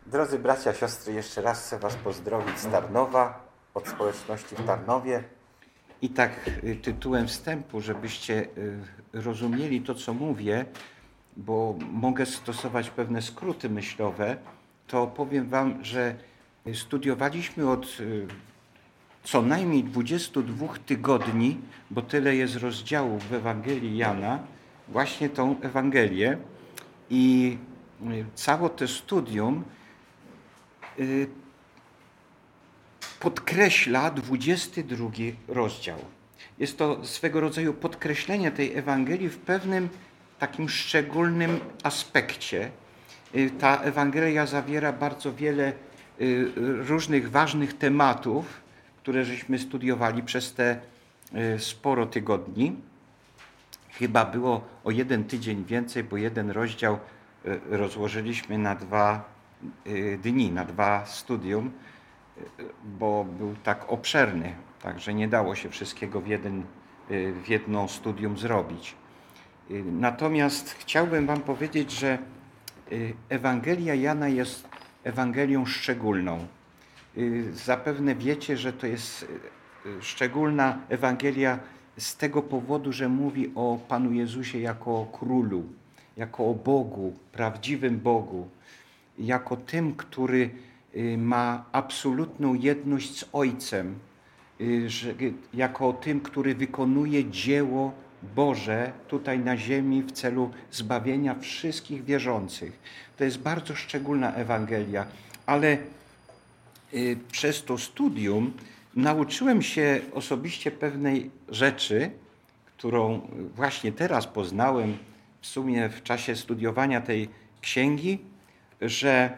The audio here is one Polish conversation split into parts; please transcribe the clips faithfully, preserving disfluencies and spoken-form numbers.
Drodzy bracia, siostry, jeszcze raz chcę Was pozdrowić z Tarnowa, od społeczności w Tarnowie. I tak tytułem wstępu, żebyście rozumieli to, co mówię, bo mogę stosować pewne skróty myślowe, to powiem Wam, że studiowaliśmy od co najmniej dwudziestu dwóch tygodni, bo tyle jest rozdziałów w Ewangelii Jana, właśnie tą Ewangelię. I całe to studium podkreśla dwudziesty drugi rozdział. Jest to swego rodzaju podkreślenie tej Ewangelii w pewnym takim szczególnym aspekcie. Ta Ewangelia zawiera bardzo wiele różnych ważnych tematów, które żeśmy studiowali przez te sporo tygodni. Chyba było o jeden tydzień więcej, bo jeden rozdział rozłożyliśmy na dwa dni, na dwa studium, bo był tak obszerny, także nie dało się wszystkiego w, jeden, w jedno studium zrobić. Natomiast chciałbym Wam powiedzieć, że Ewangelia Jana jest Ewangelią szczególną. Zapewne wiecie, że to jest szczególna Ewangelia z tego powodu, że mówi o Panu Jezusie jako o Królu, jako o Bogu, prawdziwym Bogu, jako tym, który ma absolutną jedność z Ojcem, jako tym, który wykonuje dzieło Boże tutaj na ziemi w celu zbawienia wszystkich wierzących. To jest bardzo szczególna Ewangelia, ale przez to studium nauczyłem się osobiście pewnej rzeczy, którą właśnie teraz poznałem w sumie w czasie studiowania tej księgi, że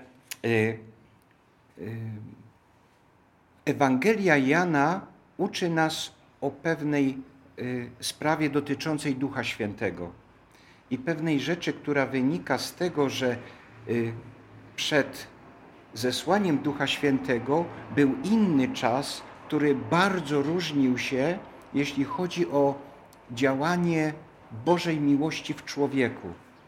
Ewangelia Jana uczy nas o pewnej sprawie dotyczącej Ducha Świętego i pewnej rzeczy, która wynika z tego, że przed zesłaniem Ducha Świętego był inny czas, który bardzo różnił się, jeśli chodzi o działanie Bożej miłości w człowieku.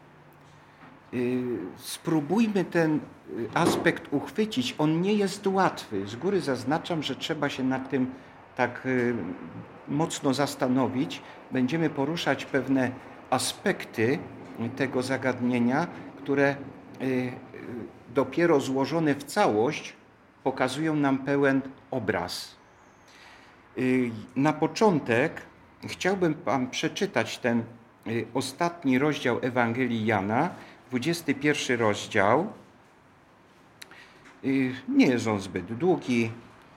Spróbujmy ten aspekt uchwycić. On nie jest łatwy. Z góry zaznaczam, że trzeba się nad tym tak mocno zastanowić. Będziemy poruszać pewne aspekty tego zagadnienia, które dopiero złożone w całość pokazują nam pełen obraz. Na początek chciałbym Wam przeczytać ten ostatni rozdział Ewangelii Jana, dwudziesty pierwszy rozdział. Nie jest on zbyt długi.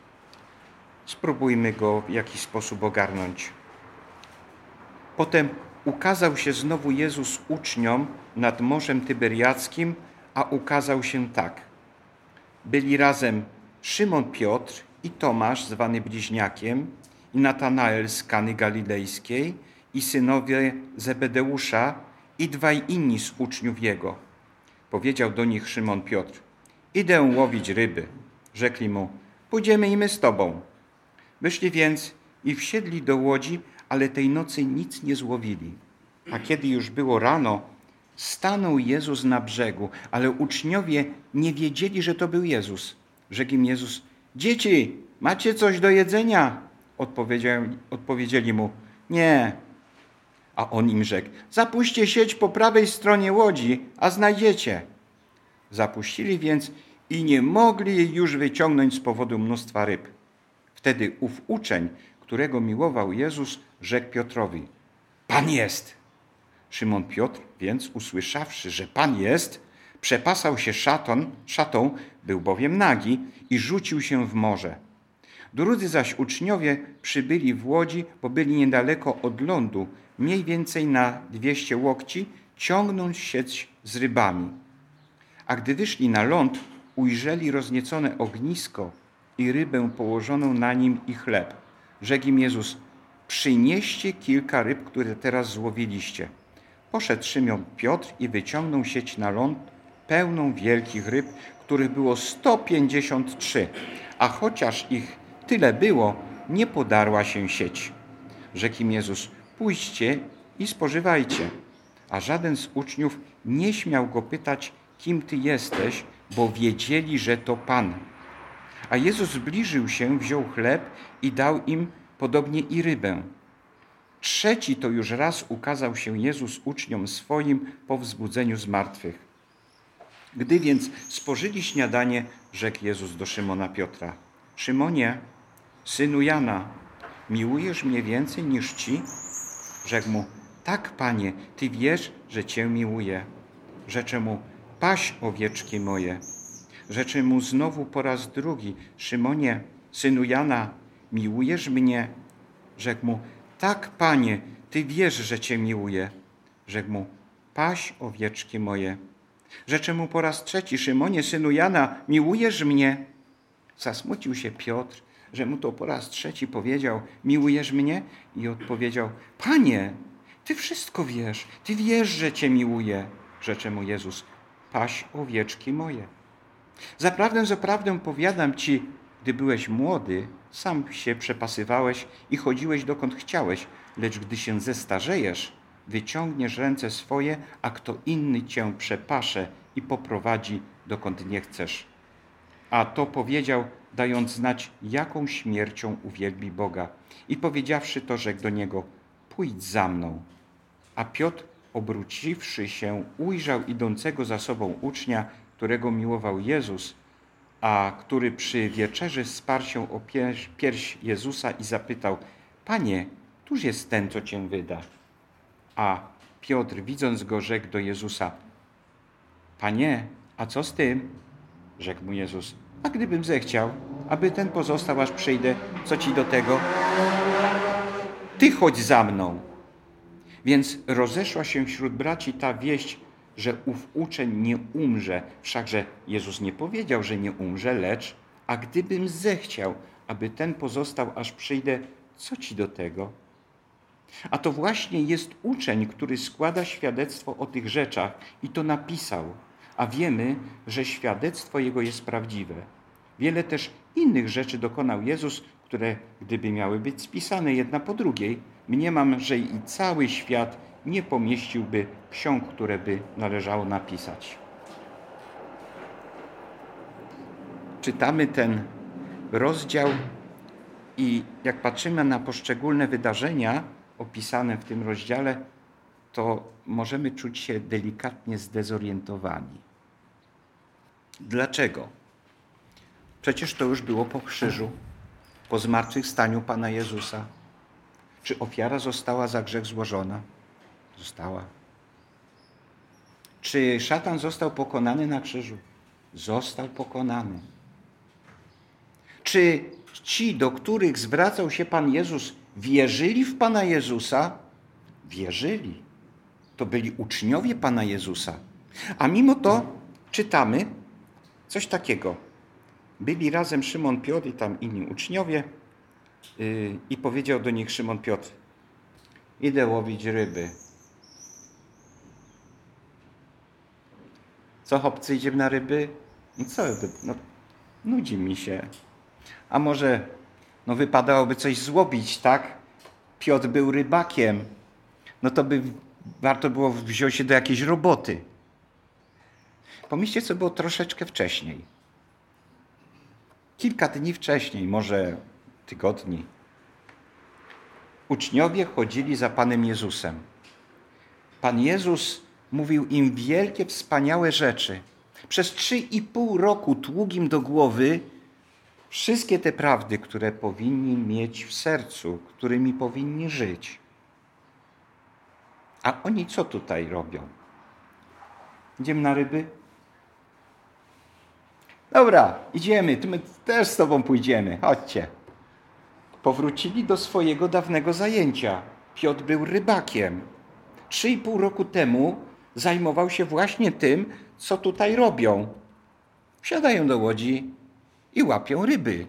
Spróbujmy go w jakiś sposób ogarnąć. Potem ukazał się znowu Jezus uczniom nad Morzem Tyberiackim, a ukazał się tak. Byli razem Szymon Piotr i Tomasz, zwany Bliźniakiem, i Natanael z Kany Galilejskiej, i synowie Zebedeusza, i dwaj inni z uczniów jego. Powiedział do nich Szymon Piotr: idę łowić ryby. Rzekli mu: pójdziemy i my z tobą. Wyszli więc i wsiedli do łodzi, ale tej nocy nic nie złowili. A kiedy już było rano, stanął Jezus na brzegu, ale uczniowie nie wiedzieli, że to był Jezus. Rzekł im Jezus: dzieci, macie coś do jedzenia? Odpowiedzieli mu: nie. A on im rzekł: zapuśćcie sieć po prawej stronie łodzi, a znajdziecie. Zapuścili więc i nie mogli jej już wyciągnąć z powodu mnóstwa ryb. Wtedy ów uczeń, którego miłował Jezus, rzekł Piotrowi: Pan jest. Szymon Piotr więc, usłyszawszy, że Pan jest, przepasał się szaton, szatą, był bowiem nagi, i rzucił się w morze. Drudzy zaś uczniowie przybyli w łodzi, bo byli niedaleko od lądu, mniej więcej na dwieście łokci, ciągnąć sieć z rybami. A gdy wyszli na ląd, ujrzeli rozniecone ognisko i rybę położoną na nim i chleb. Rzekł im Jezus: przynieście kilka ryb, które teraz złowiliście. Poszedł Szymon Piotr i wyciągnął sieć na ląd, pełną wielkich ryb, których było sto pięćdziesiąt trzy, a chociaż ich tyle było, nie podarła się sieć. Rzekł im Jezus: pójdźcie i spożywajcie. A żaden z uczniów nie śmiał go pytać: kim ty jesteś, bo wiedzieli, że to Pan. A Jezus zbliżył się, wziął chleb i dał im podobnie i rybę. Trzeci to już raz ukazał się Jezus uczniom swoim po wzbudzeniu z martwych. Gdy więc spożyli śniadanie, rzekł Jezus do Szymona Piotra: Szymonie, synu Jana, miłujesz mnie więcej niż ci? Rzekł mu: tak, Panie, Ty wiesz, że Cię miłuję. Rzecze mu: paś owieczki moje. Rzecze mu znowu po raz drugi: Szymonie, synu Jana, miłujesz mnie? Rzekł mu: tak, Panie, Ty wiesz, że Cię miłuję. Rzekł mu: paś owieczki moje. Rzecze mu po raz trzeci: Szymonie, synu Jana, miłujesz mnie? Zasmucił się Piotr, że mu to po raz trzeci powiedział: miłujesz mnie? I odpowiedział: Panie, Ty wszystko wiesz, Ty wiesz, że Cię miłuję. Rzecze mu Jezus: paś owieczki moje. Zaprawdę, zaprawdę powiadam Ci, gdy byłeś młody, sam się przepasywałeś i chodziłeś dokąd chciałeś, lecz gdy się zestarzejesz, wyciągniesz ręce swoje, a kto inny Cię przepasze i poprowadzi dokąd nie chcesz. A to powiedział, dając znać, jaką śmiercią uwielbi Boga. I powiedziawszy to, rzekł do niego: pójdź za mną. A Piotr, obróciwszy się, ujrzał idącego za sobą ucznia, którego miłował Jezus, a który przy wieczerzy sparł się o pierś, pierś Jezusa i zapytał: Panie, któż jest ten, co Cię wyda? A Piotr, widząc go, rzekł do Jezusa: Panie, a co z tym? Rzekł mu Jezus: a gdybym zechciał, aby ten pozostał, aż przyjdę, co Ci do tego? Ty chodź za mną. Więc rozeszła się wśród braci ta wieść, że ów uczeń nie umrze. Wszakże Jezus nie powiedział, że nie umrze, lecz: a gdybym zechciał, aby ten pozostał, aż przyjdę, co Ci do tego? A to właśnie jest uczeń, który składa świadectwo o tych rzeczach i to napisał, a wiemy, że świadectwo jego jest prawdziwe. Wiele też innych rzeczy dokonał Jezus, które, gdyby miały być spisane jedna po drugiej, mniemam, że i cały świat nie pomieściłby ksiąg, które by należało napisać. Czytamy ten rozdział i jak patrzymy na poszczególne wydarzenia opisane w tym rozdziale, to możemy czuć się delikatnie zdezorientowani. Dlaczego? Przecież to już było po krzyżu, po zmartwychwstaniu Pana Jezusa. Czy ofiara została za grzech złożona? Została. Czy szatan został pokonany na krzyżu? Został pokonany. Czy ci, do których zwracał się Pan Jezus, wierzyli w Pana Jezusa? Wierzyli. To byli uczniowie Pana Jezusa. A mimo to czytamy coś takiego. Byli razem Szymon Piotr i tam inni uczniowie yy, i powiedział do nich Szymon Piotr: idę łowić ryby. Co, chłopcy, idziemy na ryby? No co, no, nudzi mi się. A może no, wypadałoby coś złowić, tak? Piotr był rybakiem. No to by warto było wziąć się do jakiejś roboty. Pomyślcie, co było troszeczkę wcześniej. Kilka dni wcześniej, może tygodni. Uczniowie chodzili za Panem Jezusem. Pan Jezus mówił im wielkie, wspaniałe rzeczy. Przez trzy i pół roku tługł im do głowy wszystkie te prawdy, które powinni mieć w sercu, którymi powinni żyć. A oni co tutaj robią? Idziemy na ryby? Dobra, idziemy, my też z tobą pójdziemy, chodźcie. Powrócili do swojego dawnego zajęcia. Piotr był rybakiem. Trzy i pół roku temu zajmował się właśnie tym, co tutaj robią. Wsiadają do łodzi i łapią ryby.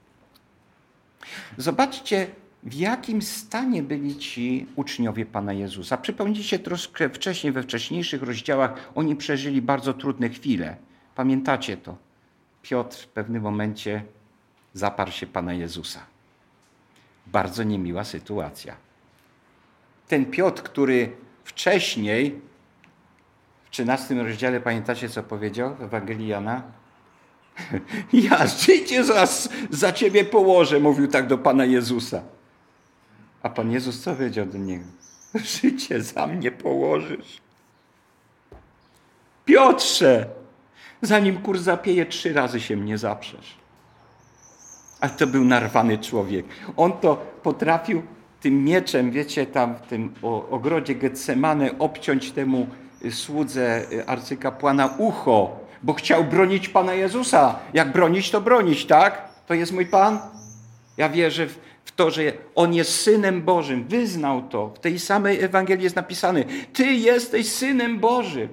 Zobaczcie, w jakim stanie byli ci uczniowie Pana Jezusa. Przypomnijcie troszkę wcześniej, we wcześniejszych rozdziałach, oni przeżyli bardzo trudne chwile. Pamiętacie to? Piotr w pewnym momencie zaparł się Pana Jezusa. Bardzo niemiła sytuacja. Ten Piotr, który wcześniej, trzynastym rozdziale pamiętacie, co powiedział w Ewangelii Jana? Ja życie za, za ciebie położę, mówił tak do Pana Jezusa. A Pan Jezus co powiedział do niego? Życie za mnie położysz. Piotrze, zanim kur zapieje, trzy razy się mnie zaprzesz. Ale to był narwany człowiek. On to potrafił tym mieczem, wiecie, tam w tym ogrodzie Getsemane obciąć temu słudze arcykapłana ucho, bo chciał bronić Pana Jezusa. Jak bronić, to bronić, tak? To jest mój Pan. Ja wierzę w, w to, że On jest Synem Bożym. Wyznał to. W tej samej Ewangelii jest napisane: Ty jesteś Synem Bożym.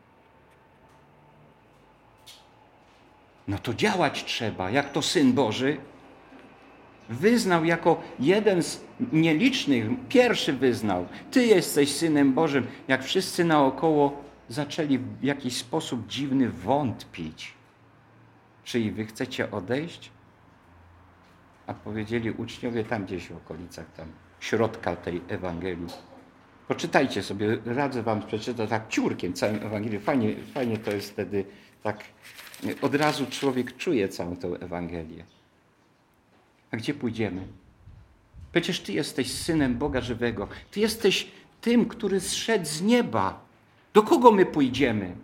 No to działać trzeba. Jak to Syn Boży? Wyznał jako jeden z nielicznych, pierwszy wyznał: Ty jesteś Synem Bożym. Jak wszyscy naokoło zaczęli w jakiś sposób dziwny wątpić. Czy i wy chcecie odejść? A powiedzieli uczniowie tam gdzieś w okolicach, tam środka tej Ewangelii. Poczytajcie sobie, radzę wam przeczytać tak ciurkiem całą Ewangelię. Fajnie, fajnie to jest wtedy, tak od razu człowiek czuje całą tę Ewangelię. A gdzie pójdziemy? Przecież Ty jesteś Synem Boga żywego. Ty jesteś tym, który zszedł z nieba. Do kogo my pójdziemy?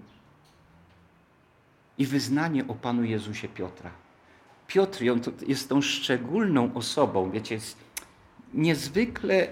I wyznanie o Panu Jezusie Piotra. Piotr jest tą szczególną osobą, wiecie, jest niezwykle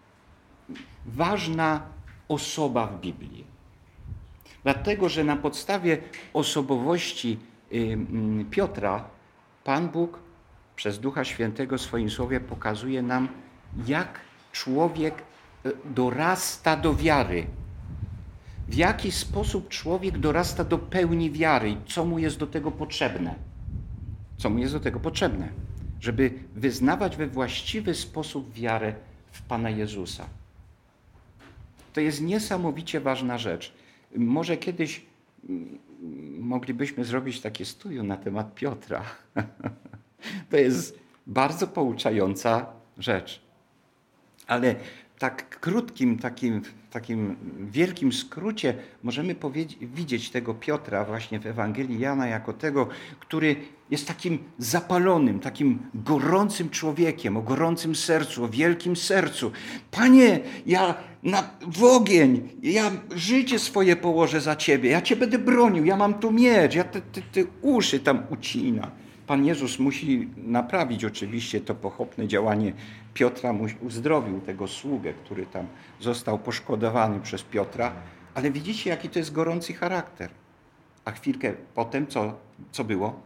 ważna osoba w Biblii. Dlatego, że na podstawie osobowości Piotra Pan Bóg przez Ducha Świętego w swoim słowie pokazuje nam, jak człowiek dorasta do wiary. W jaki sposób człowiek dorasta do pełni wiary i co mu jest do tego potrzebne. Co mu jest do tego potrzebne? Żeby wyznawać we właściwy sposób wiarę w Pana Jezusa. To jest niesamowicie ważna rzecz. Może kiedyś moglibyśmy zrobić takie studium na temat Piotra. To jest bardzo pouczająca rzecz. Ale tak krótkim, takim, takim wielkim skrócie możemy widzieć tego Piotra właśnie w Ewangelii Jana jako tego, który jest takim zapalonym, takim gorącym człowiekiem, o gorącym sercu, o wielkim sercu. Panie, ja na, w ogień, ja życie swoje położę za Ciebie, ja Cię będę bronił, ja mam tu miecz, ja te, te, te uszy tam ucina. Pan Jezus musi naprawić oczywiście to pochopne działanie Piotra, uzdrowił tego sługę, który tam został poszkodowany przez Piotra, ale widzicie, jaki to jest gorący charakter. A chwilkę potem co, co było?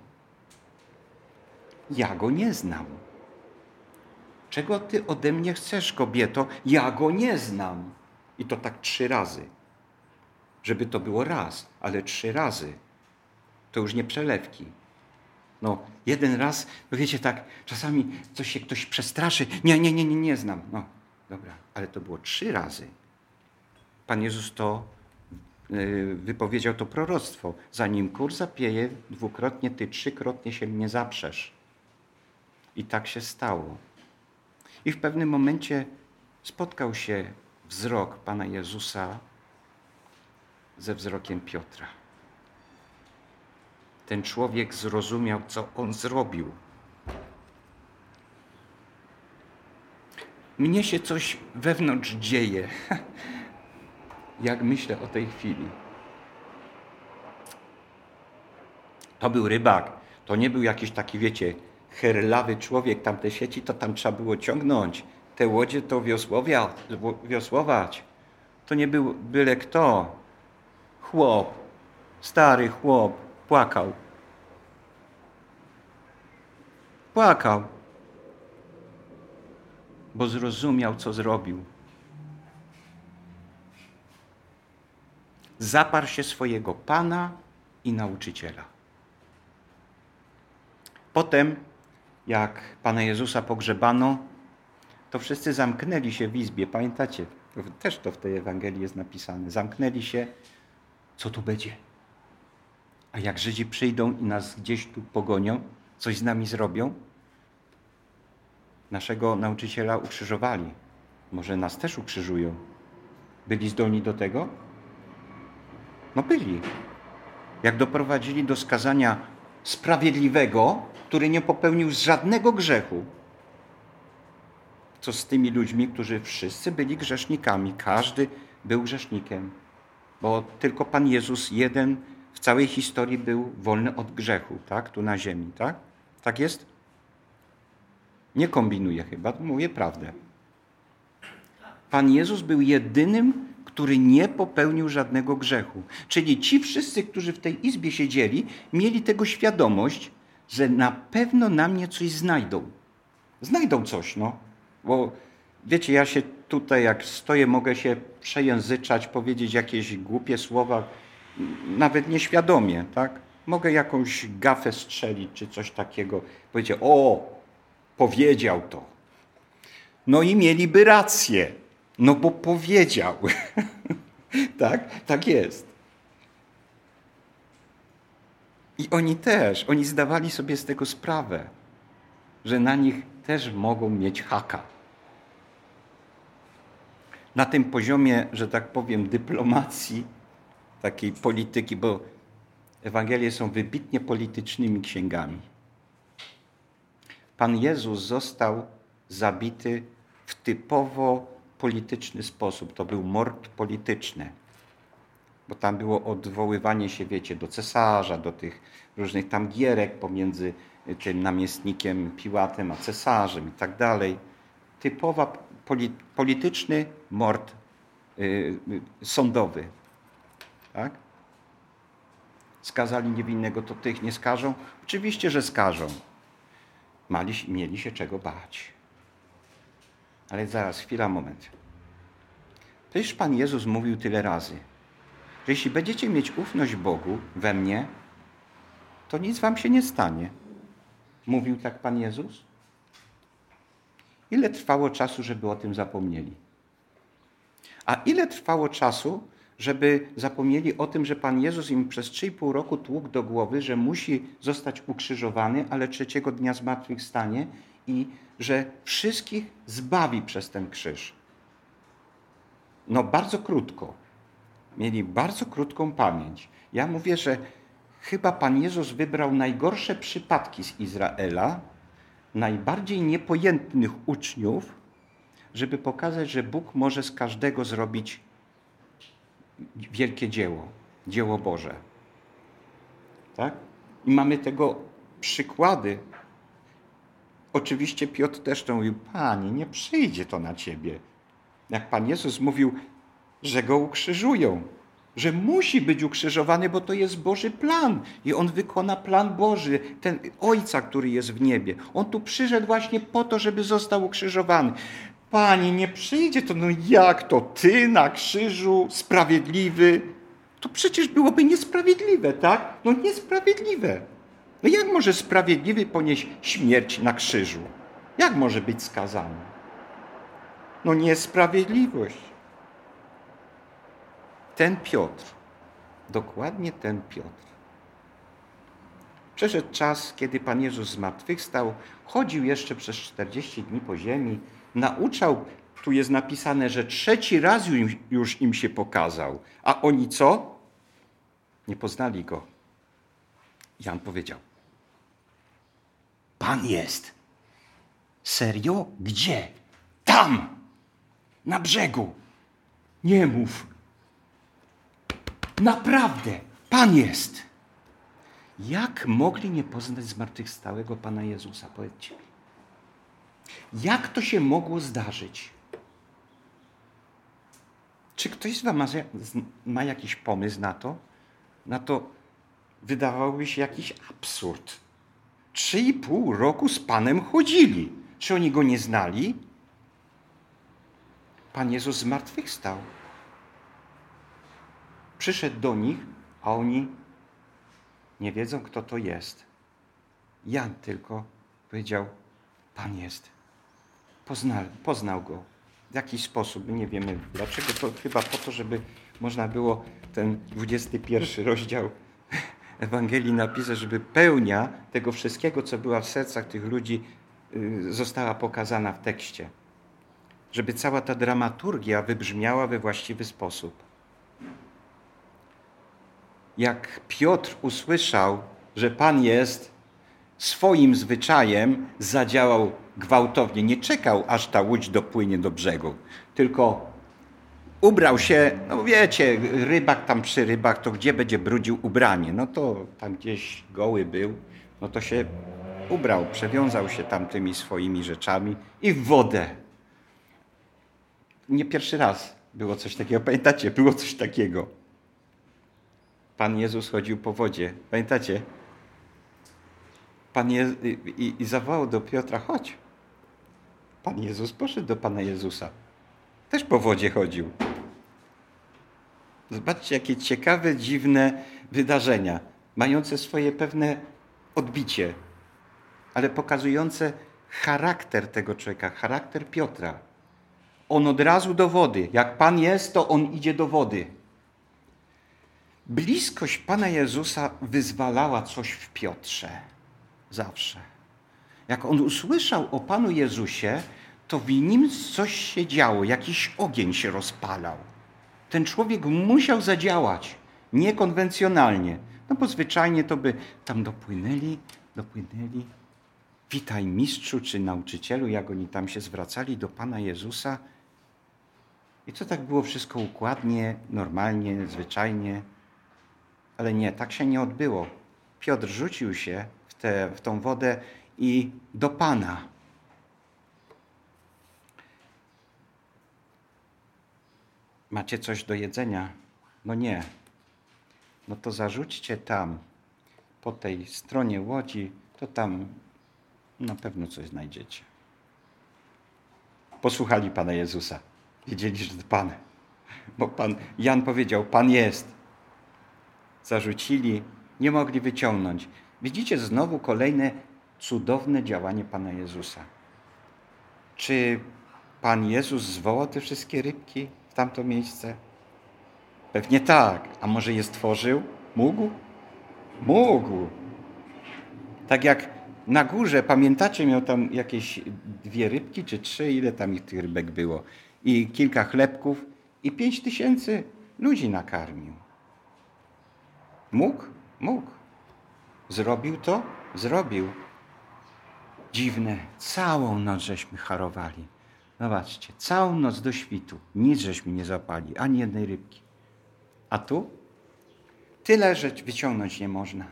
Ja go nie znam. Czego ty ode mnie chcesz, kobieto? Ja go nie znam. I to tak trzy razy. Żeby to było raz, ale trzy razy. To już nie przelewki. No, jeden raz, no wiecie tak, czasami coś się ktoś przestraszy. Nie, nie, nie, nie, nie znam. No, dobra, ale to było trzy razy. Pan Jezus to yy, wypowiedział to proroctwo. Zanim kur zapieje, dwukrotnie ty, trzykrotnie się mnie zaprzesz. I tak się stało. I w pewnym momencie spotkał się wzrok Pana Jezusa ze wzrokiem Piotra. Ten człowiek zrozumiał, co on zrobił. Mnie się coś wewnątrz dzieje, jak myślę o tej chwili. To był rybak, to nie był jakiś taki, wiecie, herlawy człowiek, tam te sieci to tam trzeba było ciągnąć, te łodzie to wiosłowia, wiosłować. To nie był byle kto. Chłop, stary chłop, płakał. Płakał, bo zrozumiał, co zrobił. Zaparł się swojego Pana i nauczyciela. Potem, jak Pana Jezusa pogrzebano, to wszyscy zamknęli się w izbie. Pamiętacie? Też to w tej Ewangelii jest napisane. Zamknęli się. Co tu będzie? A jak Żydzi przyjdą i nas gdzieś tu pogonią, coś z nami zrobią? Naszego nauczyciela ukrzyżowali. Może nas też ukrzyżują. Byli zdolni do tego? No byli. Jak doprowadzili do skazania sprawiedliwego, który nie popełnił żadnego grzechu. Co z tymi ludźmi, którzy wszyscy byli grzesznikami? Każdy był grzesznikiem. Bo tylko Pan Jezus jeden w całej historii był wolny od grzechu, tak? Tu na ziemi, tak? Tak jest? Nie kombinuję chyba, mówię prawdę. Pan Jezus był jedynym, który nie popełnił żadnego grzechu. Czyli ci wszyscy, którzy w tej izbie siedzieli, mieli tego świadomość, że na pewno na mnie coś znajdą. Znajdą coś, no. Bo wiecie, ja się tutaj jak stoję, mogę się przejęzyczać, powiedzieć jakieś głupie słowa, nawet nieświadomie, tak? Mogę jakąś gafę strzelić, czy coś takiego. Powiedzieć, o, powiedział to. No i mieliby rację. No bo powiedział. Tak? Tak jest. I oni też, oni zdawali sobie z tego sprawę, że na nich też mogą mieć haka. Na tym poziomie, że tak powiem, dyplomacji, takiej polityki, bo Ewangelie są wybitnie politycznymi księgami. Pan Jezus został zabity w typowo polityczny sposób. To był mord polityczny. Bo tam było odwoływanie się, wiecie, do cesarza, do tych różnych tam gierek pomiędzy tym namiestnikiem Piłatem a cesarzem i tak dalej. Typowa poli- polityczny mord yy, sądowy. Tak? Skazali niewinnego, to tych nie skażą? Oczywiście, że skażą. Mali, mieli się czego bać. Ale zaraz, chwila, moment. Przecież Pan Jezus mówił tyle razy, że jeśli będziecie mieć ufność Bogu we mnie, to nic wam się nie stanie. Mówił tak Pan Jezus? Ile trwało czasu, żeby o tym zapomnieli? A ile trwało czasu, żeby zapomnieli o tym, że Pan Jezus im przez trzy i pół roku tłukł do głowy, że musi zostać ukrzyżowany, ale trzeciego dnia zmartwychwstanie i że wszystkich zbawi przez ten krzyż? No bardzo krótko. Mieli bardzo krótką pamięć. Ja mówię, że chyba Pan Jezus wybrał najgorsze przypadki z Izraela, najbardziej niepojętnych uczniów, żeby pokazać, że Bóg może z każdego zrobić wielkie dzieło, dzieło Boże. Tak? I mamy tego przykłady. Oczywiście Piotr też to mówił, Panie, nie przyjdzie to na Ciebie. Jak Pan Jezus mówił, że Go ukrzyżują, że musi być ukrzyżowany, bo to jest Boży plan i On wykona plan Boży, ten Ojca, który jest w niebie. On tu przyszedł właśnie po to, żeby został ukrzyżowany. Panie, nie przyjdzie to, no jak to Ty na krzyżu, sprawiedliwy? To przecież byłoby niesprawiedliwe, tak? No niesprawiedliwe. No jak może sprawiedliwy ponieść śmierć na krzyżu? Jak może być skazany? No niesprawiedliwość. Ten Piotr, dokładnie ten Piotr. Przeszedł czas, kiedy Pan Jezus zmartwychwstał, chodził jeszcze przez czterdzieści dni po ziemi, nauczał, tu jest napisane, że trzeci raz już im się pokazał. A oni co? Nie poznali Go. Jan powiedział, Pan jest. Serio? Gdzie? Tam! Na brzegu. Nie mów. Naprawdę, Pan jest. Jak mogli nie poznać zmartwychwstałego Pana Jezusa? Powiedzcie mi. Jak to się mogło zdarzyć? Czy ktoś z was ma, ma jakiś pomysł na to? Na to wydawałoby się jakiś absurd. Trzy i pół roku z Panem chodzili. Czy oni Go nie znali? Pan Jezus zmartwychwstał. Przyszedł do nich, a oni nie wiedzą, kto to jest. Jan tylko powiedział, Pan jest. Poznał, poznał Go w jakiś sposób. Nie wiemy dlaczego. To chyba po to, żeby można było ten dwudziesty pierwszy rozdział Ewangelii napisać, żeby pełnia tego wszystkiego, co była w sercach tych ludzi, została pokazana w tekście. Żeby cała ta dramaturgia wybrzmiała we właściwy sposób. jak Piotr usłyszał, że Pan jest, swoim zwyczajem zadziałał gwałtownie. Nie czekał, aż ta łódź dopłynie do brzegu, tylko ubrał się, no wiecie, rybak tam przy rybach, to gdzie będzie brudził ubranie? No to tam gdzieś goły był, no to się ubrał, przewiązał się tam tymi swoimi rzeczami i w wodę. Nie pierwszy raz było coś takiego. Pamiętacie? Było coś takiego. Pan Jezus chodził po wodzie. Pamiętacie? Pan Je... I, i zawołał do Piotra, chodź. Pan Jezus poszedł do Pana Jezusa. Też po wodzie chodził. Zobaczcie, jakie ciekawe, dziwne wydarzenia, mające swoje pewne odbicie, ale pokazujące charakter tego człowieka, charakter Piotra. On od razu do wody. Jak Pan jest, to on idzie do wody. Bliskość Pana Jezusa wyzwalała coś w Piotrze. Zawsze. Jak on usłyszał o Panu Jezusie, to w nim coś się działo, jakiś ogień się rozpalał. Ten człowiek musiał zadziałać niekonwencjonalnie. No bo zwyczajnie to by tam dopłynęli, dopłynęli. Witaj mistrzu czy nauczycielu, jak oni tam się zwracali do Pana Jezusa. I to tak było wszystko układnie, normalnie, zwyczajnie. Ale nie, tak się nie odbyło. Piotr rzucił się w, tę w tą wodę i do Pana. Macie coś do jedzenia? No nie. No to zarzućcie tam, po tej stronie łodzi, to tam na pewno coś znajdziecie. Posłuchali Pana Jezusa. Wiedzieli, że to Pan. Bo Pan, Jan powiedział, Pan jest. Zarzucili, nie mogli wyciągnąć. Widzicie znowu kolejne cudowne działanie Pana Jezusa. Czy Pan Jezus zwołał te wszystkie rybki w tamto miejsce? Pewnie tak. A może je stworzył? Mógł? Mógł. Tak jak na górze, pamiętacie, miał tam jakieś dwie rybki, czy trzy, ile tam ich tych rybek było. I kilka chlebków i pięć tysięcy ludzi nakarmił. Mógł? Mógł. Zrobił to? Zrobił. Dziwne. Całą noc żeśmy harowali. Zobaczcie, całą noc do świtu. Nic żeśmy nie zapali, ani jednej rybki. A tu? Tyle, że wyciągnąć nie można.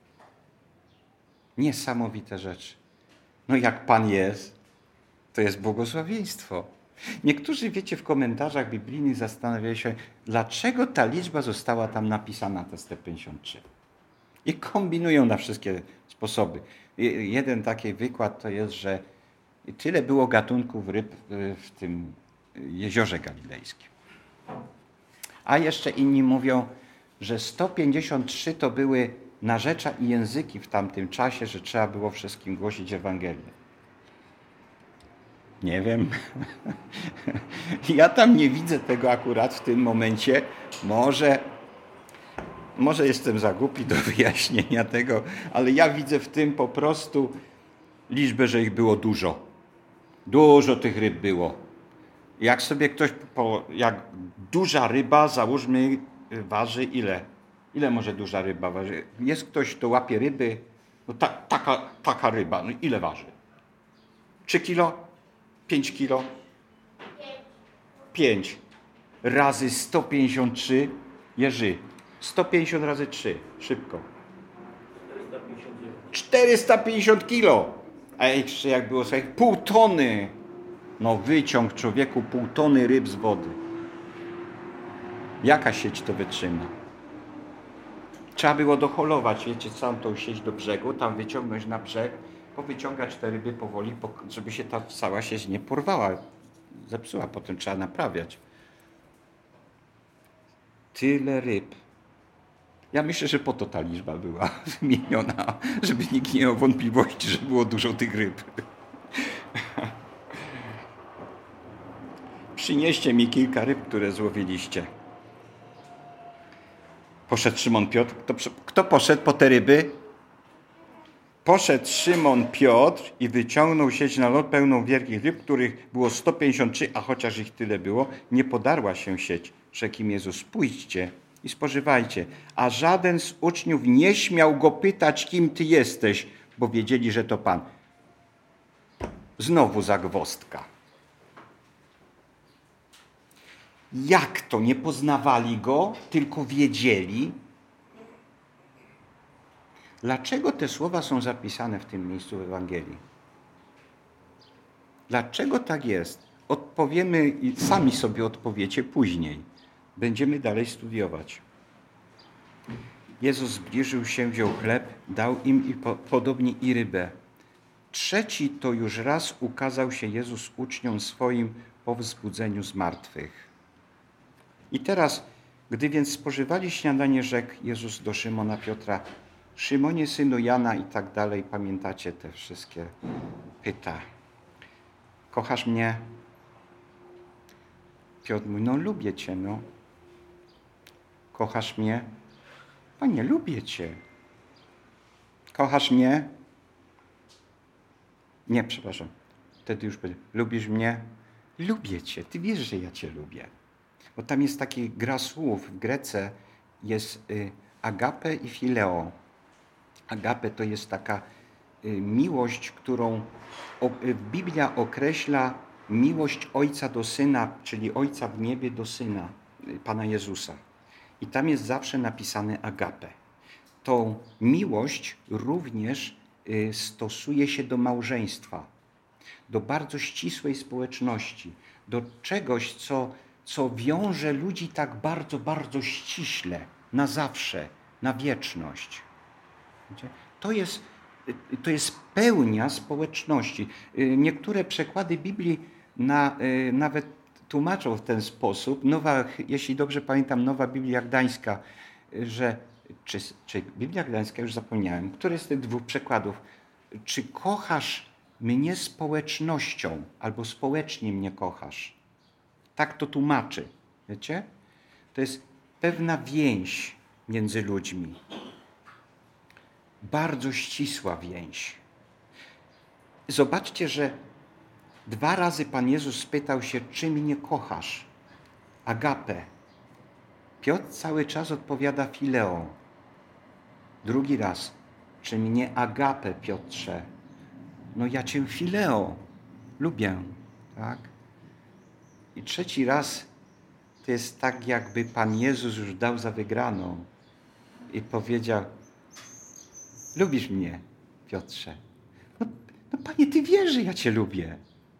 Niesamowite rzeczy. No jak Pan jest, to jest błogosławieństwo. Niektórzy, wiecie, w komentarzach biblijnych zastanawiają się, dlaczego ta liczba została tam napisana, te sto pięćdziesiąt trzy. I kombinują na wszystkie sposoby. Jeden taki wykład to jest, że tyle było gatunków ryb w tym jeziorze galilejskim. A jeszcze inni mówią, że sto pięćdziesiąt trzy to były narzecza i języki w tamtym czasie, że trzeba było wszystkim głosić Ewangelię. Nie wiem. Ja tam nie widzę tego akurat w tym momencie. Może, może jestem za głupi do wyjaśnienia tego, ale ja widzę w tym po prostu liczbę, że ich było dużo. Dużo tych ryb było. Jak sobie ktoś, po, jak duża ryba, załóżmy, waży ile? Ile może duża ryba waży? Jest ktoś, kto łapie ryby, no ta, taka, taka ryba, no ile waży? Trzy kilo? Pięć kilo? Pięć. Razy sto pięćdziesiąt trzy. Jerzy. sto pięćdziesiąt razy trzy. Szybko. czterysta pięćdziesiąt kilo. A jeszcze jak było sobie pół tony. No wyciąg człowieku pół tony ryb z wody. Jaka sieć to wytrzyma? Trzeba było doholować, wiecie, całą tą sieć do brzegu, tam wyciągnąć na brzeg, powyciągać te ryby powoli, żeby się ta cała sieć nie porwała, zepsuła, potem trzeba naprawiać. Tyle ryb. Ja myślę, że po to ta liczba była wymieniona, żeby nikt nie miał wątpliwości, że było dużo tych ryb. Przynieście mi kilka ryb, które złowiliście. Poszedł Szymon Piotr. Kto, kto poszedł po te ryby? Poszedł Szymon Piotr i wyciągnął sieć na lot pełną wielkich ryb, których było sto pięćdziesiąt trzy, a chociaż ich tyle było, nie podarła się sieć. Rzekł im Jezus, pójdźcie i spożywajcie. A żaden z uczniów nie śmiał go pytać, kim ty jesteś, bo wiedzieli, że to Pan. Znowu zagwozdka. Jak to? Nie poznawali go, tylko wiedzieli? Dlaczego te słowa są zapisane w tym miejscu w Ewangelii? Dlaczego tak jest? Odpowiemy i sami sobie odpowiecie później. Będziemy dalej studiować. Jezus zbliżył się, wziął chleb, dał im i po, podobnie i rybę. Trzeci to już raz ukazał się Jezus uczniom swoim po wzbudzeniu z martwych. I teraz, gdy więc spożywali śniadanie, rzekł Jezus do Szymona Piotra: Szymonie, synu Jana, i tak dalej. Pamiętacie te wszystkie pyta. Kochasz mnie? Piotr mówi: no lubię cię, no. Kochasz mnie? Panie, lubię cię. Kochasz mnie? Nie, przepraszam. Wtedy już powiedział: lubisz mnie? Lubię cię. Ty wiesz, że ja cię lubię. Bo tam jest taki gra słów. W Grece jest y, agape i fileo. Agape to jest taka y, miłość, którą o, y, Biblia określa miłość Ojca do Syna, czyli Ojca w niebie do Syna, y, Pana Jezusa. I tam jest zawsze napisane agape. Tą miłość również y, stosuje się do małżeństwa, do bardzo ścisłej społeczności, do czegoś, co, co wiąże ludzi tak bardzo, bardzo ściśle, na zawsze, na wieczność. To jest, to jest pełnia społeczności. Niektóre przekłady Biblii na, nawet tłumaczą w ten sposób. Nowa, jeśli dobrze pamiętam, Nowa Biblia Gdańska, że, czy, czy Biblia Gdańska, już zapomniałem, który z tych dwóch przekładów, czy kochasz mnie społecznością, albo społecznie mnie kochasz. Tak to tłumaczy. Wiecie? To jest pewna więź między ludźmi. Bardzo ścisła więź. Zobaczcie, że dwa razy Pan Jezus spytał się, czy mnie kochasz? Agape. Piotr cały czas odpowiada fileo. Drugi raz, czy mnie agape, Piotrze? No ja cię fileo lubię, tak? I trzeci raz to jest tak, jakby Pan Jezus już dał za wygraną i powiedział: lubisz mnie, Piotrze? No, no Panie, Ty wiesz, że ja Cię lubię.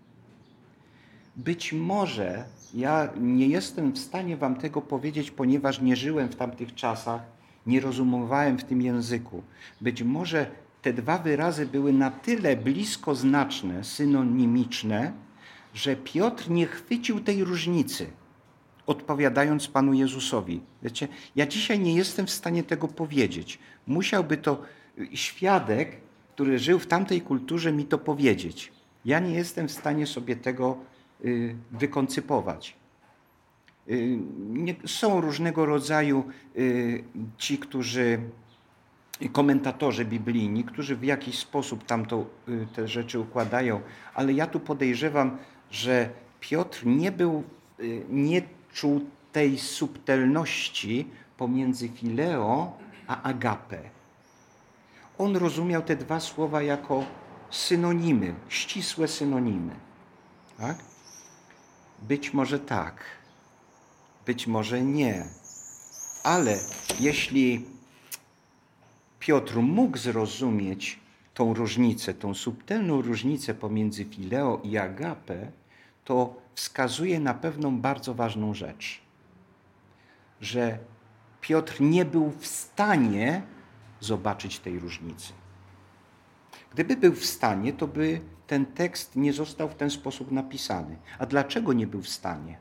Być może ja nie jestem w stanie Wam tego powiedzieć, ponieważ nie żyłem w tamtych czasach, nie rozumiewałem w tym języku. Być może te dwa wyrazy były na tyle blisko znaczne, synonimiczne, że Piotr nie chwycił tej różnicy, odpowiadając Panu Jezusowi. Wiecie, ja dzisiaj nie jestem w stanie tego powiedzieć. Musiałby to świadek, który żył w tamtej kulturze, mi to powiedzieć. Ja nie jestem w stanie sobie tego y, wykoncypować. Y, nie, są różnego rodzaju y, ci, którzy, komentatorzy biblijni, którzy w jakiś sposób tam to, y, te rzeczy układają, ale ja tu podejrzewam, że Piotr nie był, y, nie czuł tej subtelności pomiędzy fileo a agape. On rozumiał te dwa słowa jako synonimy, ścisłe synonimy. Tak? Być może tak, być może nie. Ale jeśli Piotr mógł zrozumieć tą różnicę, tą subtelną różnicę pomiędzy fileo i agape, to wskazuje na pewną bardzo ważną rzecz. Że Piotr nie był w stanie zobaczyć tej różnicy. Gdyby był w stanie, to by ten tekst nie został w ten sposób napisany. A dlaczego nie był w stanie?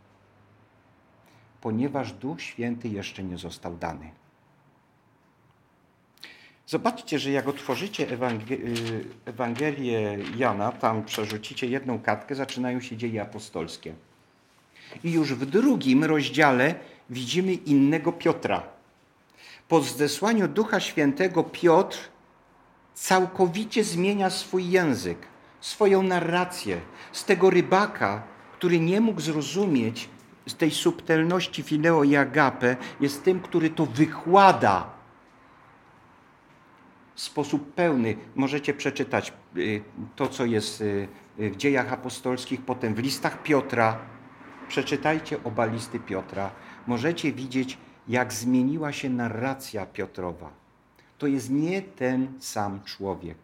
Ponieważ Duch Święty jeszcze nie został dany. Zobaczcie, że jak otworzycie Ewangelię Jana, tam przerzucicie jedną kartkę, zaczynają się dzieje apostolskie. I już w drugim rozdziale widzimy innego Piotra. Po zesłaniu Ducha Świętego Piotr całkowicie zmienia swój język, swoją narrację. Z tego rybaka, który nie mógł zrozumieć z tej subtelności fileo i agape jest tym, który to wykłada w sposób pełny. Możecie przeczytać to, co jest w Dziejach Apostolskich, potem w listach Piotra. Przeczytajcie oba listy Piotra. Możecie widzieć, jak zmieniła się narracja Piotrowa. To jest nie ten sam człowiek.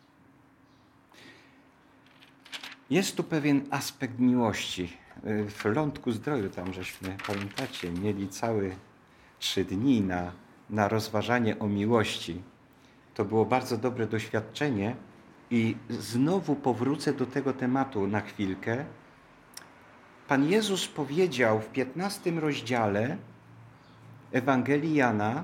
Jest tu pewien aspekt miłości. W Lądku Zdroju, tam żeśmy, pamiętacie, mieli całe trzy dni na, na rozważanie o miłości. To było bardzo dobre doświadczenie i znowu powrócę do tego tematu na chwilkę. Pan Jezus powiedział w piętnastym rozdziale Ewangelii Jana: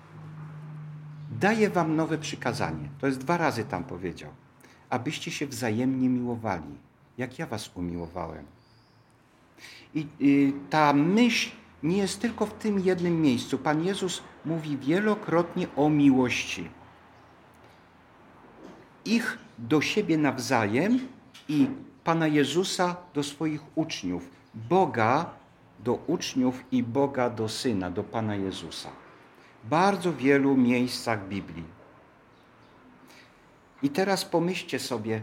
daję wam nowe przykazanie. To jest dwa razy tam powiedział. Abyście się wzajemnie miłowali, jak ja was umiłowałem. I, I ta myśl nie jest tylko w tym jednym miejscu. Pan Jezus mówi wielokrotnie o miłości. Ich do siebie nawzajem i Pana Jezusa do swoich uczniów. Boga do uczniów i Boga do Syna, do Pana Jezusa. W bardzo wielu miejscach Biblii. I teraz pomyślcie sobie,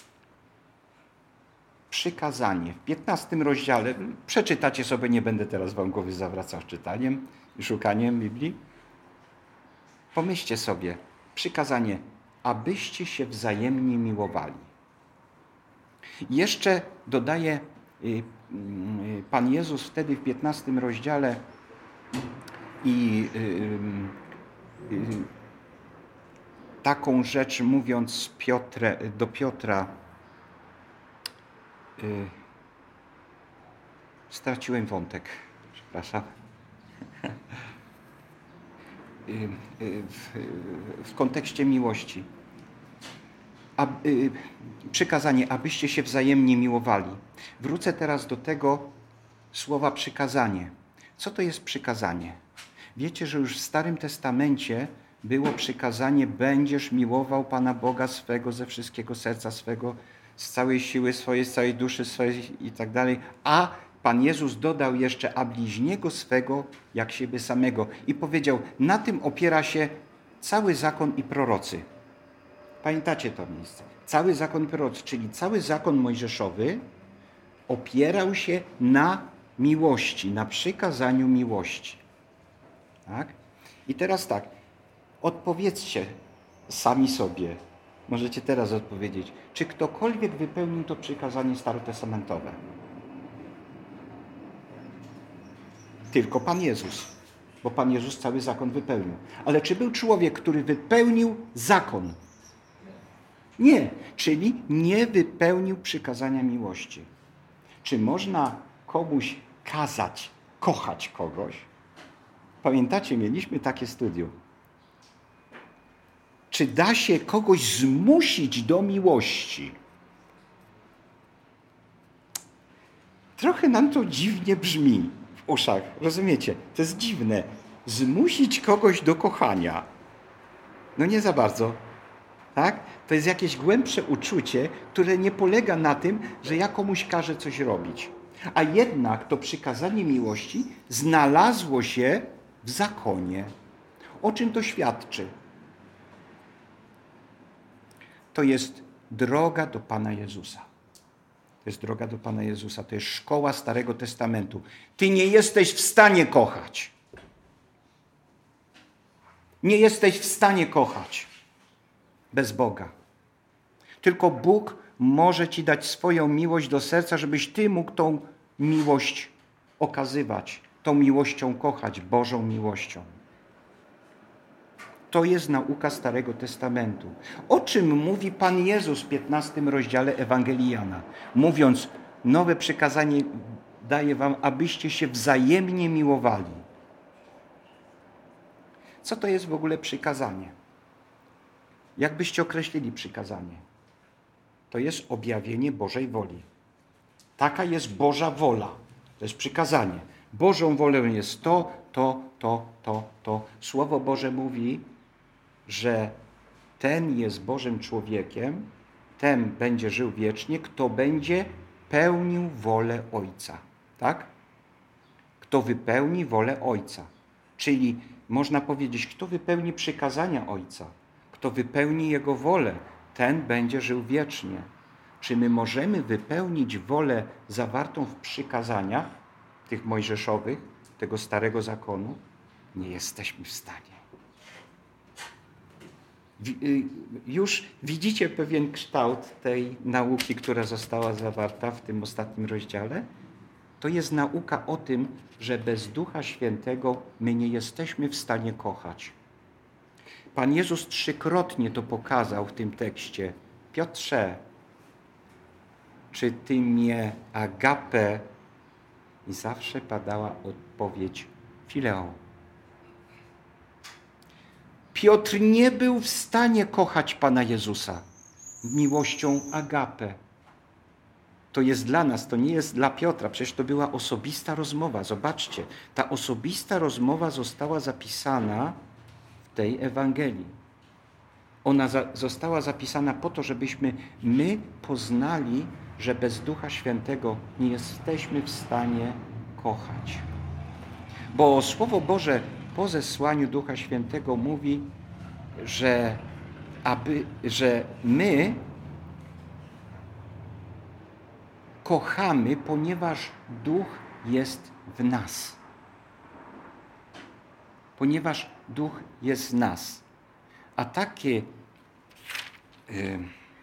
przykazanie. W piętnastym rozdziale, przeczytacie sobie, nie będę teraz wam głowy zawracał czytaniem i szukaniem Biblii. Pomyślcie sobie, przykazanie, abyście się wzajemnie miłowali. Jeszcze dodaje Pan Jezus wtedy w piętnastym rozdziale i y, y, taką rzecz mówiąc Piotre, do Piotra, y, straciłem wątek, przepraszam. Y, y, w, w kontekście miłości. A, y, przykazanie, abyście się wzajemnie miłowali. Wrócę teraz do tego słowa przykazanie. Co to jest przykazanie? Wiecie, że już w Starym Testamencie było przykazanie: będziesz miłował Pana Boga swego ze wszystkiego serca swego, z całej siły swojej, z całej duszy swojej i tak dalej. A Pan Jezus dodał jeszcze: a bliźniego swego jak siebie samego. I powiedział, na tym opiera się cały zakon i prorocy. Pamiętacie to miejsce? Cały zakon i prorocy, czyli cały zakon mojżeszowy opierał się na miłości, na przykazaniu miłości. Tak? I teraz tak, odpowiedzcie sami sobie, możecie teraz odpowiedzieć, czy ktokolwiek wypełnił to przykazanie starotestamentowe? Tylko Pan Jezus, bo Pan Jezus cały zakon wypełnił. Ale czy był człowiek, który wypełnił zakon? Nie, czyli nie wypełnił przykazania miłości. Czy można komuś kazać kochać kogoś? Pamiętacie, mieliśmy takie studium. Czy da się kogoś zmusić do miłości? Trochę nam to dziwnie brzmi w uszach, rozumiecie? To jest dziwne. Zmusić kogoś do kochania. No nie za bardzo. Tak? To jest jakieś głębsze uczucie, które nie polega na tym, że ja komuś każę coś robić. A jednak to przykazanie miłości znalazło się w zakonie. O czym to świadczy? To jest droga do Pana Jezusa. To jest droga do Pana Jezusa. To jest szkoła Starego Testamentu. Ty nie jesteś w stanie kochać. Nie jesteś w stanie kochać bez Boga. Tylko Bóg może ci dać swoją miłość do serca, żebyś ty mógł tą miłość okazywać, tą miłością kochać, Bożą miłością. To jest nauka Starego Testamentu. O czym mówi Pan Jezus w piętnastym rozdziale Ewangelii Jana? Mówiąc, nowe przykazanie daję wam, abyście się wzajemnie miłowali. Co to jest w ogóle przykazanie? Jak byście określili przykazanie? To jest objawienie Bożej woli. Taka jest Boża wola. To jest przykazanie. Bożą wolą jest to, to, to, to, to. Słowo Boże mówi, że ten jest Bożym człowiekiem, ten będzie żył wiecznie, kto będzie pełnił wolę Ojca. Tak? kto wypełni wolę Ojca. Czyli można powiedzieć, kto wypełni przykazania Ojca, kto wypełni Jego wolę, ten będzie żył wiecznie. Czy my możemy wypełnić wolę zawartą w przykazaniach tych mojżeszowych, tego starego zakonu? Nie jesteśmy w stanie. Już widzicie pewien kształt tej nauki, która została zawarta w tym ostatnim rozdziale? To jest nauka o tym, że bez Ducha Świętego my nie jesteśmy w stanie kochać. Pan Jezus trzykrotnie to pokazał w tym tekście. Piotrze, czy ty mnie agape? I zawsze padała odpowiedź fileo. Piotr nie był w stanie kochać Pana Jezusa miłością agape. To jest dla nas, to nie jest dla Piotra. Przecież to była osobista rozmowa. Zobaczcie, ta osobista rozmowa została zapisana w tej Ewangelii. Ona za, została zapisana po to, żebyśmy my poznali, że bez Ducha Świętego nie jesteśmy w stanie kochać. Bo Słowo Boże po zesłaniu Ducha Świętego mówi, że, aby, że my kochamy, ponieważ Duch jest w nas. Ponieważ Duch jest w nas. A takie y,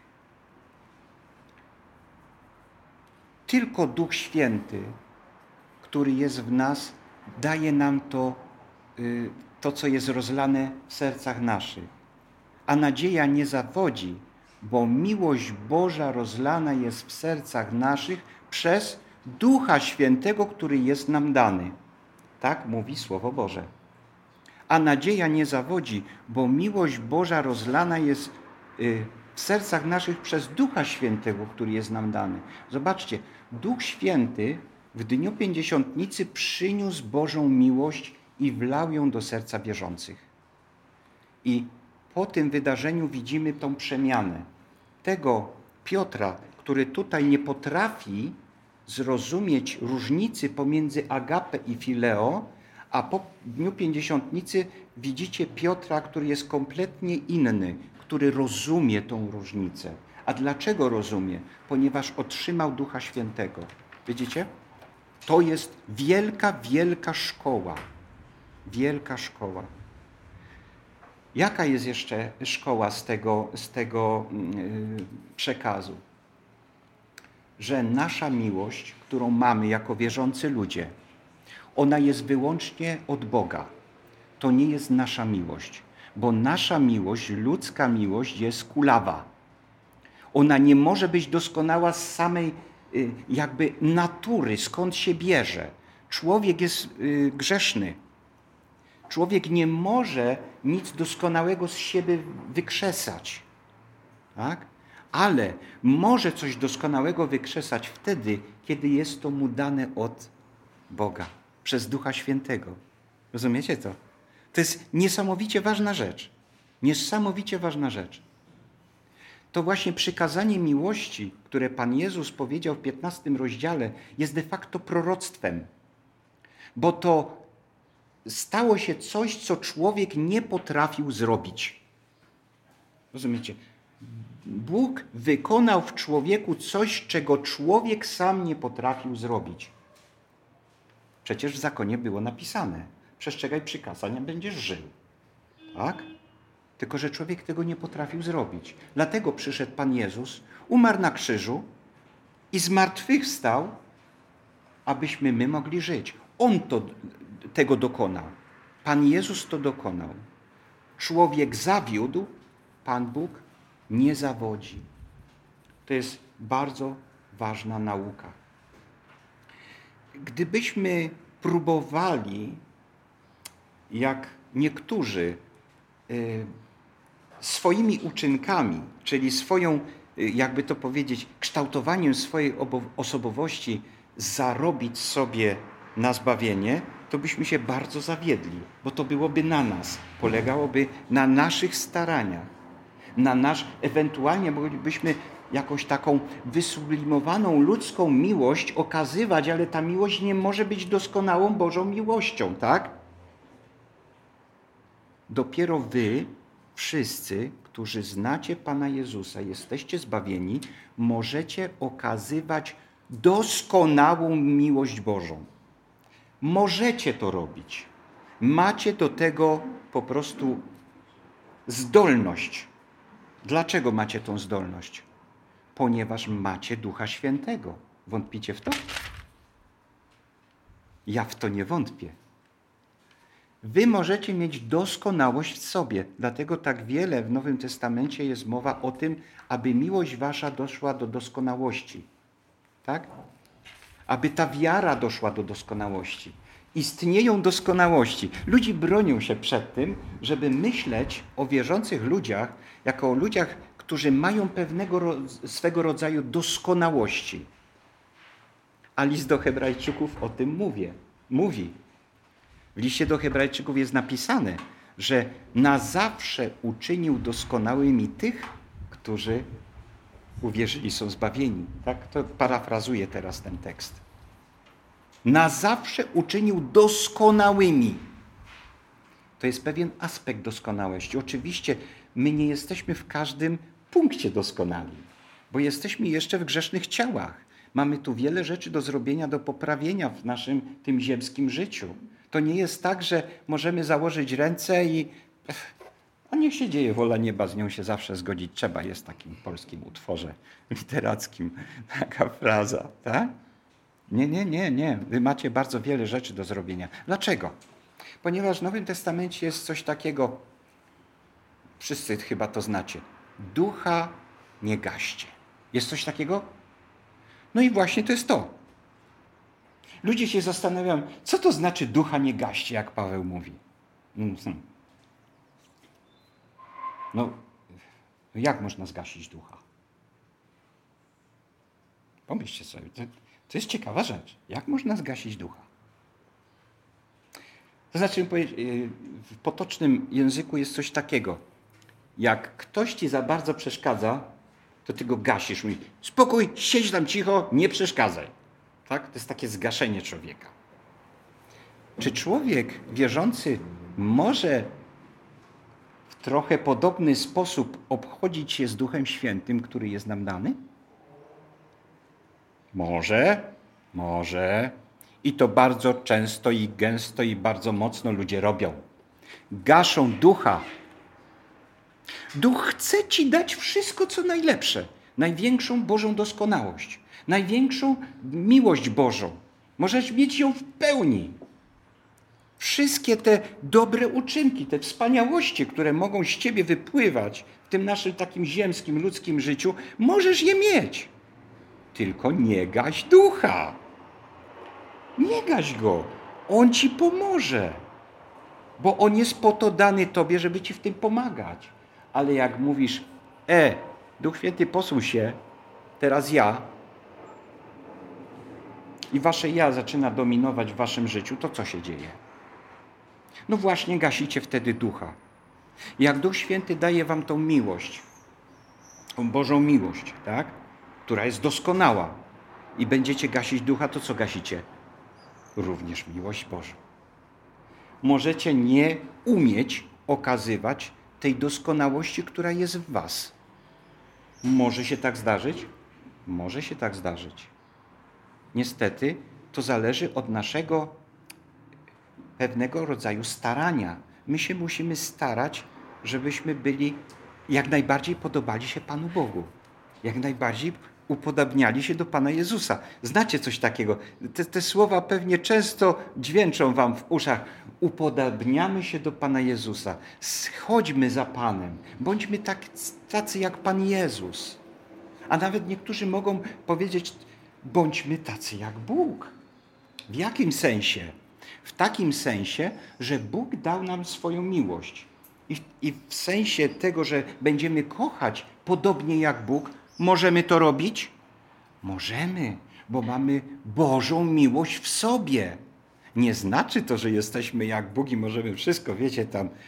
tylko Duch Święty, który jest w nas, daje nam to, y, to, co jest rozlane w sercach naszych. A nadzieja nie zawodzi, bo miłość Boża rozlana jest w sercach naszych przez Ducha Świętego, który jest nam dany. Tak mówi Słowo Boże. A nadzieja nie zawodzi, bo miłość Boża rozlana jest w sercach naszych przez Ducha Świętego, który jest nam dany. Zobaczcie, Duch Święty w dniu Pięćdziesiątnicy przyniósł Bożą miłość i wlał ją do serca wierzących. I po tym wydarzeniu widzimy tą przemianę. Tego Piotra, który tutaj nie potrafi zrozumieć różnicy pomiędzy agape i fileo, a po dniu Pięćdziesiątnicy widzicie Piotra, który jest kompletnie inny, który rozumie tą różnicę. A dlaczego rozumie? Ponieważ otrzymał Ducha Świętego. Widzicie? To jest wielka, wielka szkoła. Wielka szkoła. Jaka jest jeszcze szkoła z tego, z tego yy, przekazu? Że nasza miłość, którą mamy jako wierzący ludzie, ona jest wyłącznie od Boga. To nie jest nasza miłość, bo nasza miłość, ludzka miłość jest kulawa. Ona nie może być doskonała z samej yy, jakby natury, skąd się bierze. Człowiek jest yy, grzeszny. Człowiek nie może nic doskonałego z siebie wykrzesać. Tak? Ale może coś doskonałego wykrzesać wtedy, kiedy jest to mu dane od Boga, przez Ducha Świętego. Rozumiecie to? To jest niesamowicie ważna rzecz. Niesamowicie ważna rzecz. To właśnie przykazanie miłości, które Pan Jezus powiedział w piętnastym rozdziale, jest de facto proroctwem. Bo to stało się coś, co człowiek nie potrafił zrobić. Rozumiecie? Bóg wykonał w człowieku coś, czego człowiek sam nie potrafił zrobić. Przecież w zakonie było napisane: przestrzegaj przykazań, a będziesz żył. Tak? Tylko że człowiek tego nie potrafił zrobić. Dlatego przyszedł Pan Jezus, umarł na krzyżu i zmartwychwstał, abyśmy my mogli żyć. On to tego dokonał. Pan Jezus to dokonał. Człowiek zawiódł, Pan Bóg nie zawodzi. To jest bardzo ważna nauka. Gdybyśmy próbowali, jak niektórzy, swoimi uczynkami, czyli swoją, jakby to powiedzieć, kształtowaniem swojej osobowości zarobić sobie na zbawienie, to byśmy się bardzo zawiedli, bo to byłoby na nas, polegałoby na naszych staraniach, na nasz, ewentualnie moglibyśmy jakąś taką wysublimowaną ludzką miłość okazywać, ale ta miłość nie może być doskonałą Bożą miłością, tak? Dopiero wy, wszyscy, którzy znacie Pana Jezusa, jesteście zbawieni, możecie okazywać doskonałą miłość Bożą. Możecie to robić. Macie do tego po prostu zdolność. Dlaczego macie tą zdolność? Ponieważ macie Ducha Świętego. Wątpicie w to? Ja w to nie wątpię. Wy możecie mieć doskonałość w sobie. Dlatego tak wiele w Nowym Testamencie jest mowa o tym, aby miłość wasza doszła do doskonałości. Tak? Aby ta wiara doszła do doskonałości. Istnieją doskonałości. Ludzie bronią się przed tym, żeby myśleć o wierzących ludziach jako o ludziach, którzy mają pewnego ro- swego rodzaju doskonałości. A list do Hebrajczyków o tym mówi. mówi. W liście do Hebrajczyków jest napisane, że na zawsze uczynił doskonałymi tych, którzy uwierzyli, są zbawieni. Tak? To parafrazuję teraz ten tekst. Na zawsze uczynił doskonałymi. To jest pewien aspekt doskonałości. Oczywiście my nie jesteśmy w każdym punkcie doskonali, bo jesteśmy jeszcze w grzesznych ciałach. Mamy tu wiele rzeczy do zrobienia, do poprawienia w naszym tym ziemskim życiu. To nie jest tak, że możemy założyć ręce i a niech się dzieje, wola nieba, z nią się zawsze zgodzić trzeba. Jest w takim polskim utworze literackim taka fraza, tak? Nie, nie, nie, nie. Wy macie bardzo wiele rzeczy do zrobienia. Dlaczego? Ponieważ w Nowym Testamencie jest coś takiego, wszyscy chyba to znacie, ducha nie gaście. Jest coś takiego? No i właśnie to jest to. Ludzie się zastanawiają, co to znaczy ducha nie gaście, jak Paweł mówi. No, jak można zgasić ducha? Pomyślcie sobie, to, to jest ciekawa rzecz. Jak można zgasić ducha? To znaczy, w potocznym języku jest coś takiego. Jak ktoś ci za bardzo przeszkadza, to ty go gasisz. Mówi, spokój, siedź tam cicho, nie przeszkadzaj. Tak? To jest takie zgaszenie człowieka. Czy człowiek wierzący może w trochę podobny sposób obchodzić się z Duchem Świętym, który jest nam dany? Może, może. I to bardzo często i gęsto i bardzo mocno ludzie robią. Gaszą ducha. Duch chce ci dać wszystko, co najlepsze. Największą Bożą doskonałość. Największą miłość Bożą. Możesz mieć ją w pełni. Wszystkie te dobre uczynki, te wspaniałości, które mogą z ciebie wypływać w tym naszym takim ziemskim, ludzkim życiu, możesz je mieć. Tylko nie gaś ducha. Nie gaś go. On ci pomoże. Bo on jest po to dany tobie, żeby ci w tym pomagać. Ale jak mówisz, e, Duch Święty, posuń się, teraz ja, i wasze ja zaczyna dominować w waszym życiu, to co się dzieje? No właśnie gasicie wtedy ducha. Jak Duch Święty daje wam tą miłość, tą Bożą miłość, tak? Która jest doskonała i będziecie gasić ducha, to co gasicie? Również miłość Bożą. Możecie nie umieć okazywać tej doskonałości, która jest w was. Może się tak zdarzyć? Może się tak zdarzyć. Niestety to zależy od naszego pewnego rodzaju starania. My się musimy starać, żebyśmy byli, jak najbardziej podobali się Panu Bogu. Jak najbardziej upodabniali się do Pana Jezusa. Znacie coś takiego? Te, te słowa pewnie często dźwięczą wam w uszach. Upodabniamy się do Pana Jezusa. Chodźmy za Panem. Bądźmy tak, tacy jak Pan Jezus. A nawet niektórzy mogą powiedzieć, bądźmy tacy jak Bóg. W jakim sensie? W takim sensie, że Bóg dał nam swoją miłość. I w, I w sensie tego, że będziemy kochać podobnie jak Bóg, możemy to robić? Możemy, bo mamy Bożą miłość w sobie. Nie znaczy to, że jesteśmy jak Bóg i możemy wszystko, wiecie, tam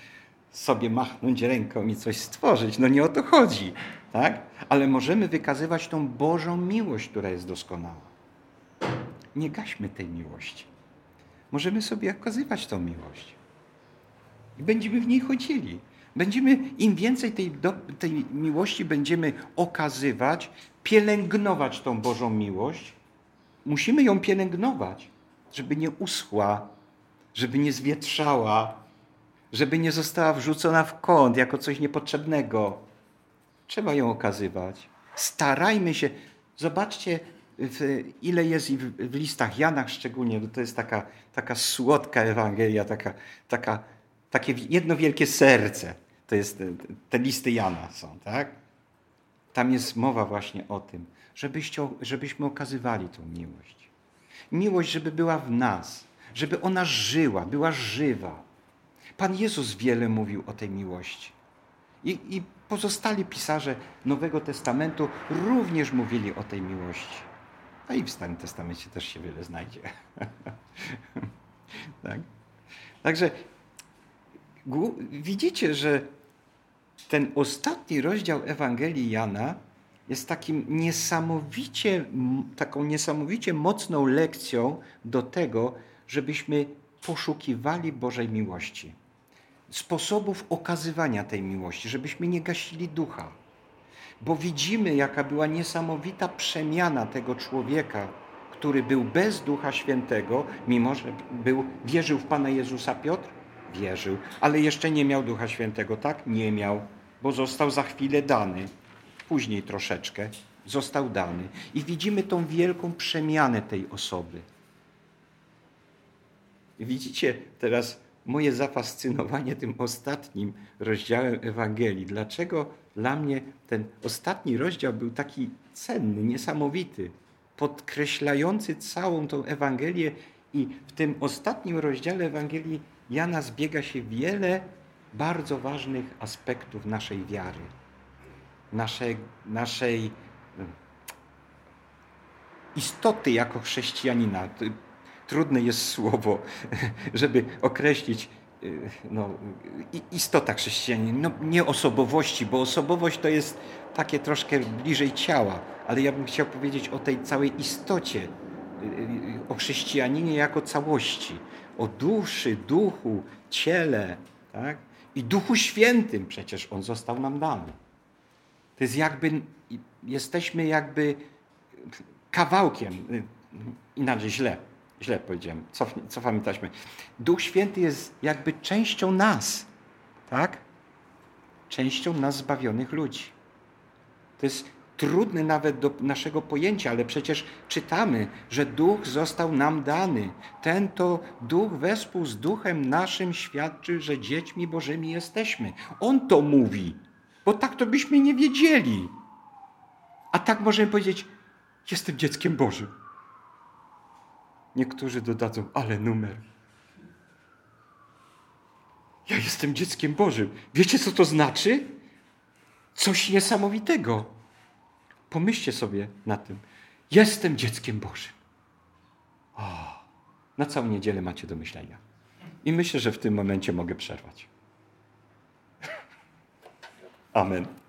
sobie machnąć ręką i coś stworzyć. No nie o to chodzi, tak? Ale możemy wykazywać tą Bożą miłość, która jest doskonała. Nie gaśmy tej miłości. Możemy sobie okazywać tą miłość. I będziemy w niej chodzili. Będziemy, im więcej tej, do, tej miłości będziemy okazywać, pielęgnować tą Bożą miłość, musimy ją pielęgnować, żeby nie uschła, żeby nie zwietrzała, żeby nie została wrzucona w kąt jako coś niepotrzebnego. Trzeba ją okazywać. Starajmy się. Zobaczcie, ile jest i w, w listach Janach szczególnie. To jest taka, taka słodka Ewangelia, taka, taka, takie jedno wielkie serce. To jest te, te listy Jana są, tak? Tam jest mowa właśnie o tym, żebyście, żebyśmy okazywali tą miłość. Miłość, żeby była w nas, żeby ona żyła, była żywa. Pan Jezus wiele mówił o tej miłości. I, i pozostali pisarze Nowego Testamentu również mówili o tej miłości. A i w Starym Testamencie też się wiele znajdzie. Tak? Także widzicie, że ten ostatni rozdział Ewangelii Jana jest takim niesamowicie, taką niesamowicie mocną lekcją do tego, żebyśmy poszukiwali Bożej miłości. Sposobów okazywania tej miłości, żebyśmy nie gasili ducha. Bo widzimy, jaka była niesamowita przemiana tego człowieka, który był bez Ducha Świętego, mimo że był, wierzył w Pana Jezusa. Piotr? Wierzył, ale jeszcze nie miał Ducha Świętego, tak? Nie miał, bo został za chwilę dany. Później troszeczkę został dany. I widzimy tą wielką przemianę tej osoby. Widzicie teraz moje zafascynowanie tym ostatnim rozdziałem Ewangelii. Dlaczego dla mnie ten ostatni rozdział był taki cenny, niesamowity, podkreślający całą tą Ewangelię i w tym ostatnim rozdziale Ewangelii Jana zbiega się wiele bardzo ważnych aspektów naszej wiary, naszej, naszej istoty jako chrześcijanina. Trudne jest słowo, żeby określić no, istota chrześcijanina. No, nie osobowości, bo osobowość to jest takie troszkę bliżej ciała, ale ja bym chciał powiedzieć o tej całej istocie, o chrześcijaninie jako całości, o duszy, duchu, ciele, tak? I Duchu Świętym przecież On został nam dany. To jest jakby, jesteśmy jakby kawałkiem, inaczej źle. Źle powiedziałem, Cof, cofamy taśmę. Duch Święty jest jakby częścią nas, tak? Częścią nas zbawionych ludzi. To jest trudne nawet do naszego pojęcia, ale przecież czytamy, że Duch został nam dany. Ten to Duch wespół z Duchem naszym świadczy, że dziećmi Bożymi jesteśmy. On to mówi, bo tak to byśmy nie wiedzieli. A tak możemy powiedzieć, jestem dzieckiem Bożym. Niektórzy dodadzą, ale numer. Ja jestem dzieckiem Bożym. Wiecie, co to znaczy? Coś niesamowitego. Pomyślcie sobie na tym. Jestem dzieckiem Bożym. O, na całą niedzielę macie do myślenia. I myślę, że w tym momencie mogę przerwać. Amen.